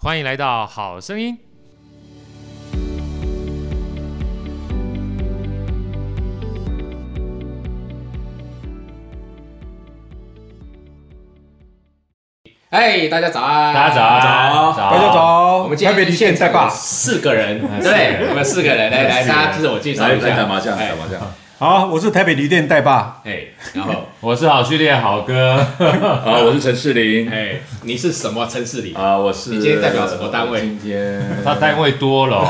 欢迎来到好声音。 嗨，大家早安！ 大家早安， 大家早。 我们今天台北现代吧 4个人，对，我们4个人，来，大家自我介绍一下。 打麻将。好，我是台北旅店代爸。 然后我是好序列好哥。 我是陈世林。 你是什么陈世林？ 我是。 你今天代表什么单位？ 今天他单位多了。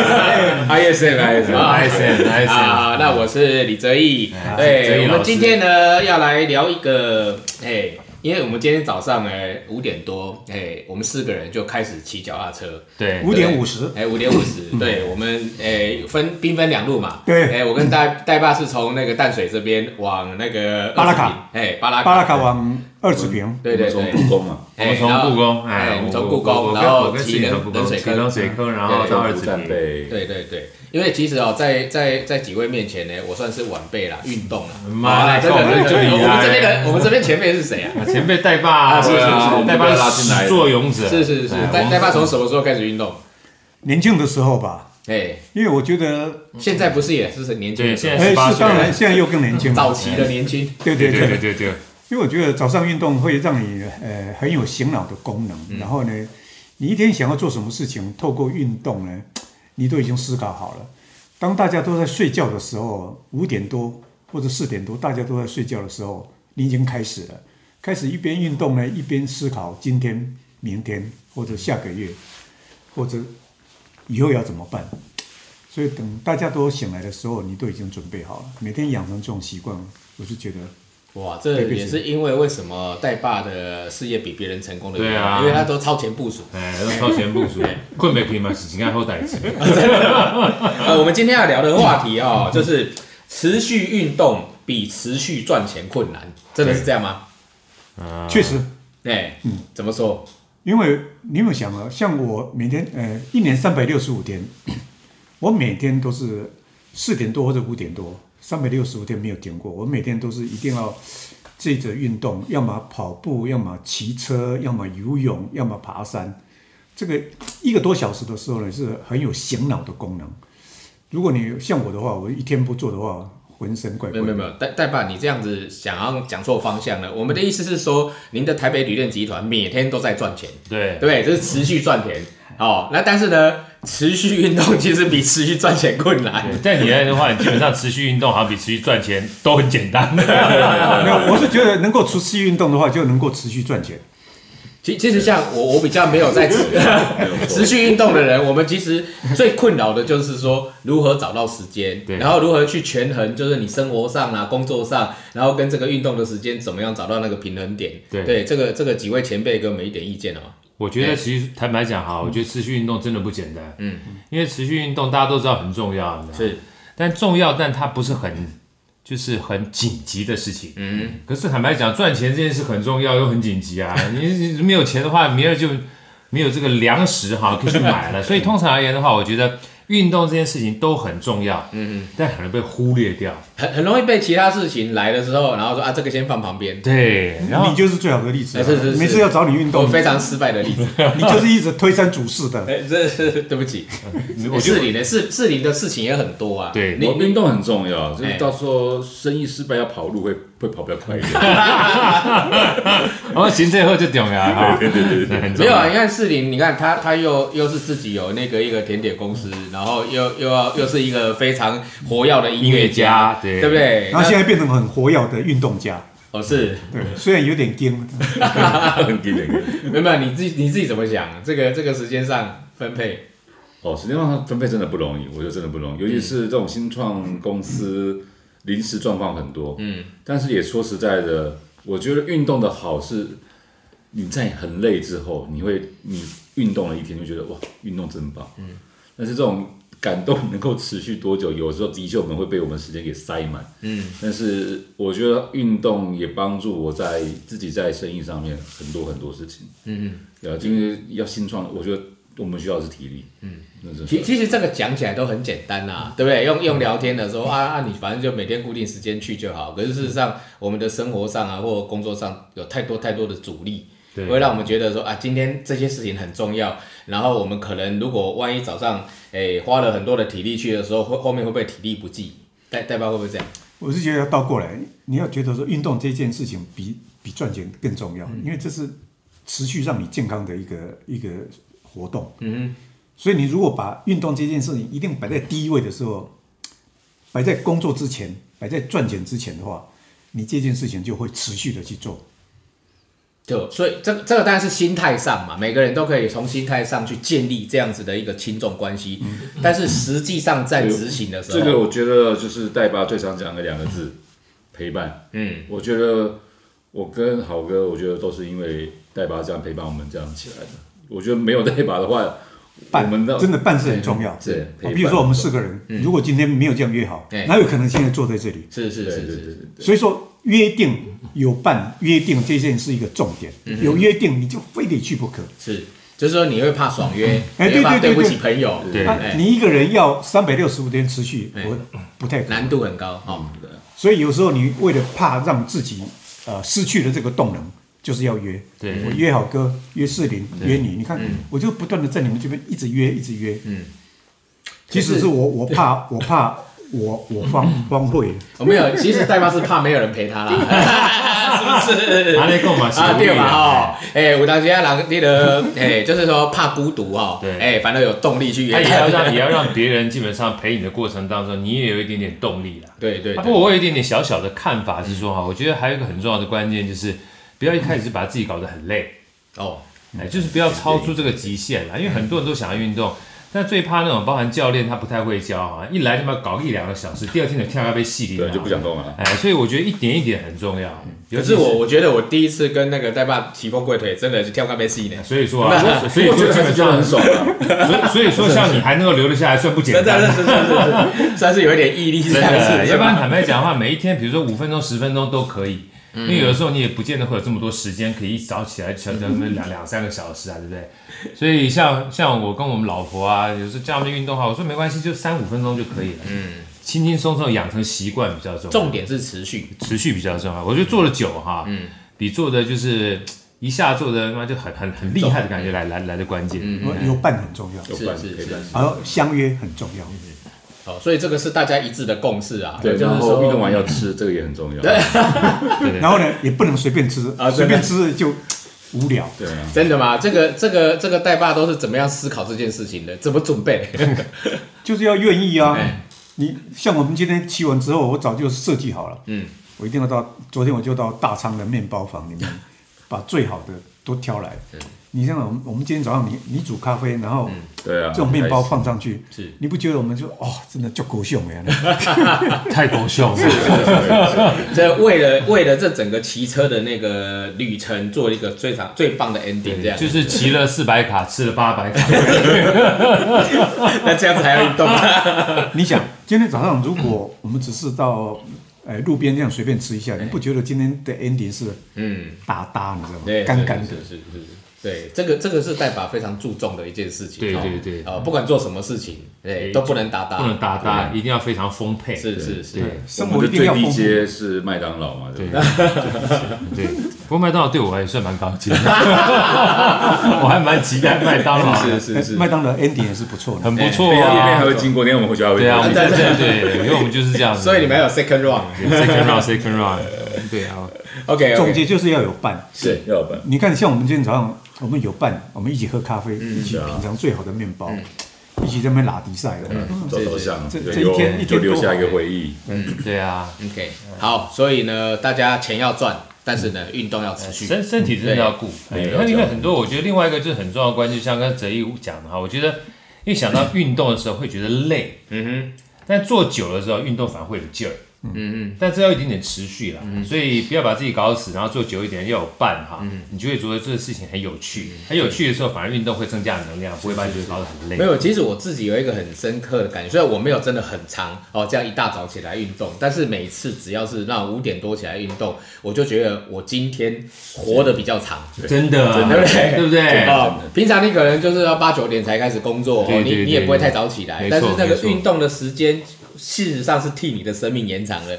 ISM。 那我是李哲毅。对，我们今天呢要来聊一个，因为我们今天早上5点多，我们4个人就开始骑脚踏车。 对 ，5点50。 5点50。对，我们兵分2路嘛。 对。 我跟代爸是从那个淡水这边往那个巴拉卡。 巴拉卡往20坪。 对。 从故宫嘛。 我们从故宫， 我们从故宫，然后骑冷水坑， 然后到20坪。 对。因为其实在几位面前呢，我算是晚辈啦，运动啦。 妈的， 我们这边前辈是谁啊？ 前辈代爸，是代爸是始作俑者。 是。代爸从什么时候开始运动？ 年轻的时候吧。因为我觉得现在不是也是年轻的时候？ 现在是当然，现在又更年轻了。 早期的年轻。 对。 因为我觉得早上运动会让你很有醒脑的功能，然后呢，你一天想要做什么事情，透过运动呢，你都已经思考好了。当大家都在睡觉的时候，5点多或者4点多，大家都在睡觉的时候，你已经开始了，开始一边运动呢，一边思考今天、明天或者下个月，或者以后要怎么办。所以等大家都醒来的时候，你都已经准备好了。每天养成这种习惯，我是觉得。 哇，这也是因为什么代爸的事业比别人成功的原因， 对啊， 因为他都超前部署， 都超前部署，困没可以嘛，事情爱好代志。 我们今天要聊的话题就是持续运动比持续赚钱困难，真的是这样吗？ 确实， 怎么说？ 因为你有没有想啊，像我每天1年365天，我每天都是4点多或者5点多。365天没有停过，我每天都是一定要借着运动，要么跑步，要么骑车，要么游泳，要么爬山。这个1个多小时的时候呢，是很有醒脑的功能。如果你像我的话，我一天不做的话，浑身怪怪的。 没有，代爸，你这样子想要讲错方向了。我们的意思是说，您的台北旅店集团每天都在赚钱，对，这是持续赚钱。那但是呢，持续运动其实比持续赚钱困难。 在你的话，你基本上持续运动好像比持续赚钱都很简单。 我是觉得能够持续运动的话，就能够持续赚钱。 其实像我比较没有在持续运动的人，我们其实最困扰的就是说如何找到时间，然后如何去权衡，就是你生活上啊、工作上，然后跟这个运动的时间怎么样找到那个平衡点。对，这个几位前辈给我们一点意见好吗？ 我觉得其实坦白讲我觉得持续运动真的不简单。因为持续运动大家都知道很重要，你知道吗？是，但重要，但它不是就是很紧急的事情。可是坦白讲，赚钱这件事很重要又很紧急啊。你没有钱的话，明儿就没有这个粮食可以去买了。所以通常而言的话，我觉得运动这件事情都很重要，但很容易被忽略掉， 很容易被其他事情来的时候，然后说这个先放旁边。 对，然后你就是最好的例子。 是， 每次要找你运动， 我非常失败的例子。 你就是一直推三阻四的。 对不起。士林的事情也很多啊。 对，运动很重要，就是到时候生意失败要跑路会跑比较快一点。 然后行政后就重要。对， 没有啊，你看士林，你看他又是自己有那个一个甜点公司，然后又是一个非常活跃的音乐家，对不对？ 然后现在变成很活跃的运动家。 是， 对，虽然有点惊， 没有，你自己怎么想？这个时间上分配？ 时间上分配真的不容易，我觉得真的不容易，尤其是这种新创公司，临时状况很多。但是也说实在的，我觉得运动的好是，你在很累之后，你运动了一天，就觉得哇，运动真棒。但是这种感动能够持续多久？有时候的确我们会被我们时间给塞满。但是我觉得运动也帮助我自己在生意上面很多事情。因为要新创，我觉得我们需要的是体力。 其实这个讲起来都很简单啦，对不对？用聊天的时候你反正就每天固定时间去就好。可是事实上，我们的生活上或工作上有太多的阻力。 会让我们觉得说啊，今天这些事情很重要。然后我们可能如果万一早上花了很多的体力去的时候，后面会不会体力不济？代爸会不会这样？ 我是觉得要倒过来，你要觉得说运动这件事情比赚钱更重要，因为这是持续让你健康的一个活动。所以你如果把运动这件事情一定摆在第一位的时候，摆在工作之前，摆在赚钱之前的话，你这件事情就会持续的去做。 所以这个当然是心态上嘛，每个人都可以从心态上去建立这样子的一个轻重关系。但是实际上在执行的时候， 这个我觉得就是代爸最常讲的2个字：陪伴。我觉得我跟豪哥，我觉得都是因为代爸这样陪伴我们这样起来的。我觉得没有代爸的话， 真的办事很重要。 是， 比如说我们4个人，如果今天没有这样约好，哪有可能现在坐在这里？ 是。 所以说约定有伴，约定这件是一个重点。有约定你就非得去不可。 是，就是说你会怕爽约，你怕对不起朋友。 你一个人要365天持续，不太可能， 难度很高。 所以有时候你为了怕让自己失去了这个动能，就是要约。我约好哥，约士林，约你。你看，我就不断的在你们这边一直约。其实是我怕我荒废了。 没有，其实代爸是怕没有人陪他啦，是不是？ 他在跟我嘛， 对嘛有当时人那个就是说怕孤独反而有动力去约。 也要让别人基本上陪你的过程当中，你也有一点点动力啦。 对。 不过我有一点点小小的看法是说我觉得还有一个很重要的关键就是，不要一开始就把自己搞得很累就是不要超出这个极限啦，因为很多人都想要运动。但最怕那种，包含教练他不太会教一来就要搞1-2个小时，第二天就跳要被戏里， 对，就不想动了。 所以我觉得一点一点很重要。 可是我觉得我第一次跟那个代爸起风跪腿，真的是跳要被戏呢。 所以说基本上很爽啊。 所以说像你还能够留得下来，算不简单。 算是有一点毅力。 要不然坦白讲的话，每一天比如说5分钟、10分钟都可以。因为有的时候你也不见得会有这么多时间可以一早起来调2-3个小时对不对？所以像我跟我们老婆有时候叫他们运动我说没关系，就3-5分钟就可以了。轻轻松松养成习惯比较重要。 重点是持续比较重要。我觉得做了久比做的就是一下做的就很厉害的感觉来的关键。 有伴很重要， 是， 然后相约很重要。 所以这个是大家一致的共识啊。 对，然后运动完要吃，这个也很重要。 然后呢，也不能随便吃随便吃就无聊。 对啊， 真的吗？这个代爸都是怎么样思考这件事情的？怎么准备？ 就是要愿意啊。你像我们今天骑完之后，我早就设计好了。我一定要昨天我就到大昌的面包房里面，把最好的都挑来。你像我们今天早上你煮咖啡，然后这种面包放上去，你不觉得我们就真的就狗熊呀？ 太狗熊了。 这为了这整个骑车的那个旅程做一个最棒的 ending， 这样就是骑了400卡，吃了800卡。 那这样子还要运动？ 你想今天早上如果我们只是到路边这样随便吃一下，你不觉得今天的 ending 是打你知道吗？干干的。 是。对，这个是代爸非常注重的一件事情。 对。 不管做什么事情，都不能打， 不能打，一定要非常丰沛。 是。 生活一定要丰富。 最低阶是麦当劳嘛，对不对。不过麦当劳对我也算蛮高级的，我还蛮期待麦当劳。 是。 麦当劳 ending 也是不错的， 很不错啊。那边还会经过，那天我们回去还会。 对，因为我们就是这样子。 所以你们还有 second round。 对啊。 OK， 总结就是要有伴， 是要有伴。 你看，像我们今天早上，我们有伴，我们一起喝咖啡，一起品尝最好的面包，一起在那边拉比赛， 走向， 这一天就留下一个回忆。 对啊。 OK， 好，所以呢，大家钱要赚，但是呢，运动要持续， 身体真的要顾。因为很多，我觉得另外一个就是很重要的关键，像刚才哲毅讲的哈，我觉得一想到运动的时候会觉得累，但做久的时候运动反而会有劲儿。但这要一点点持续啦，所以不要把自己搞死，然后做久一点，要有伴你就会觉得这个事情很有趣，很有趣的时候，反而运动会增加能量，不会把你觉得搞得很累。 没有，其实我自己有一个很深刻的感觉，虽然我没有真的很长这样一大早起来运动，但是每次只要是让我5点多起来运动，我就觉得我今天活得比较长， 真的，对不对？ 平常你可能就是要8-9点才开始工作，你也不会太早起来，但是那个运动的时间。事实上是替你的生命延长了，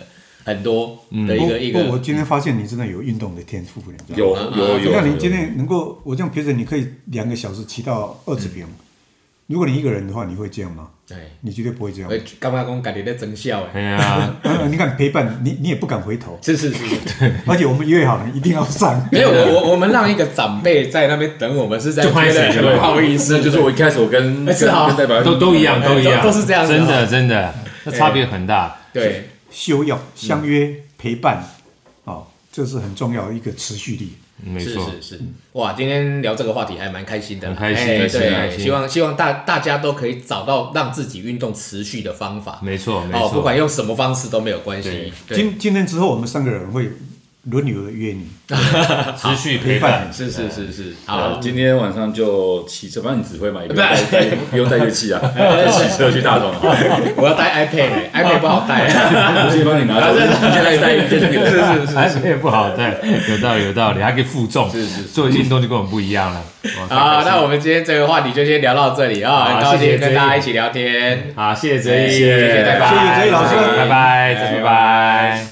很多的一个。 我今天发现你真的有运动的天赋，你知道吗？ 有。 你看你今天能够，我这样陪着你可以2个小时骑到20坪。如果你一个人的话，你会这样吗？你绝对不会这样。 刚刚讲自己在增效哎呀， 你看陪伴你也不敢回头。 是， 而且我们约好了，一定要上。 没有，我们让一个长辈在那边等我们，是在觉得不好意思。 就是我一开始我跟代表都一样， 都是这样子。 真的，那差别很大。 对， 修要相约陪伴，这是很重要的一个持续力。 没错， 是，哇，今天聊这个话题还蛮开心的， 很开心， 对，希望大家都可以找到让自己运动持续的方法， 没错， 不管用什么方式都没有关系。 今天之后，我们3个人会轮流的约你， 持续陪伴， 是。 好，今天晚上就骑车，反正你指挥嘛，不用带乐器啊，骑车去大同。 我要带 iPad 不好带， 我先帮你拿走。你现在带一件是 iPad 不好带，有道理，还可以负重，做运动就跟我们不一样了。 好，那我们今天这个话题就先聊到这里啊，很高兴跟大家一起聊天。 好，谢谢哲毅， 谢谢，拜拜， 谢谢哲毅老师， 拜拜。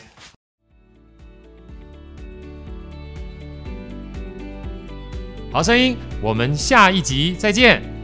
好声音，我们下一集再见。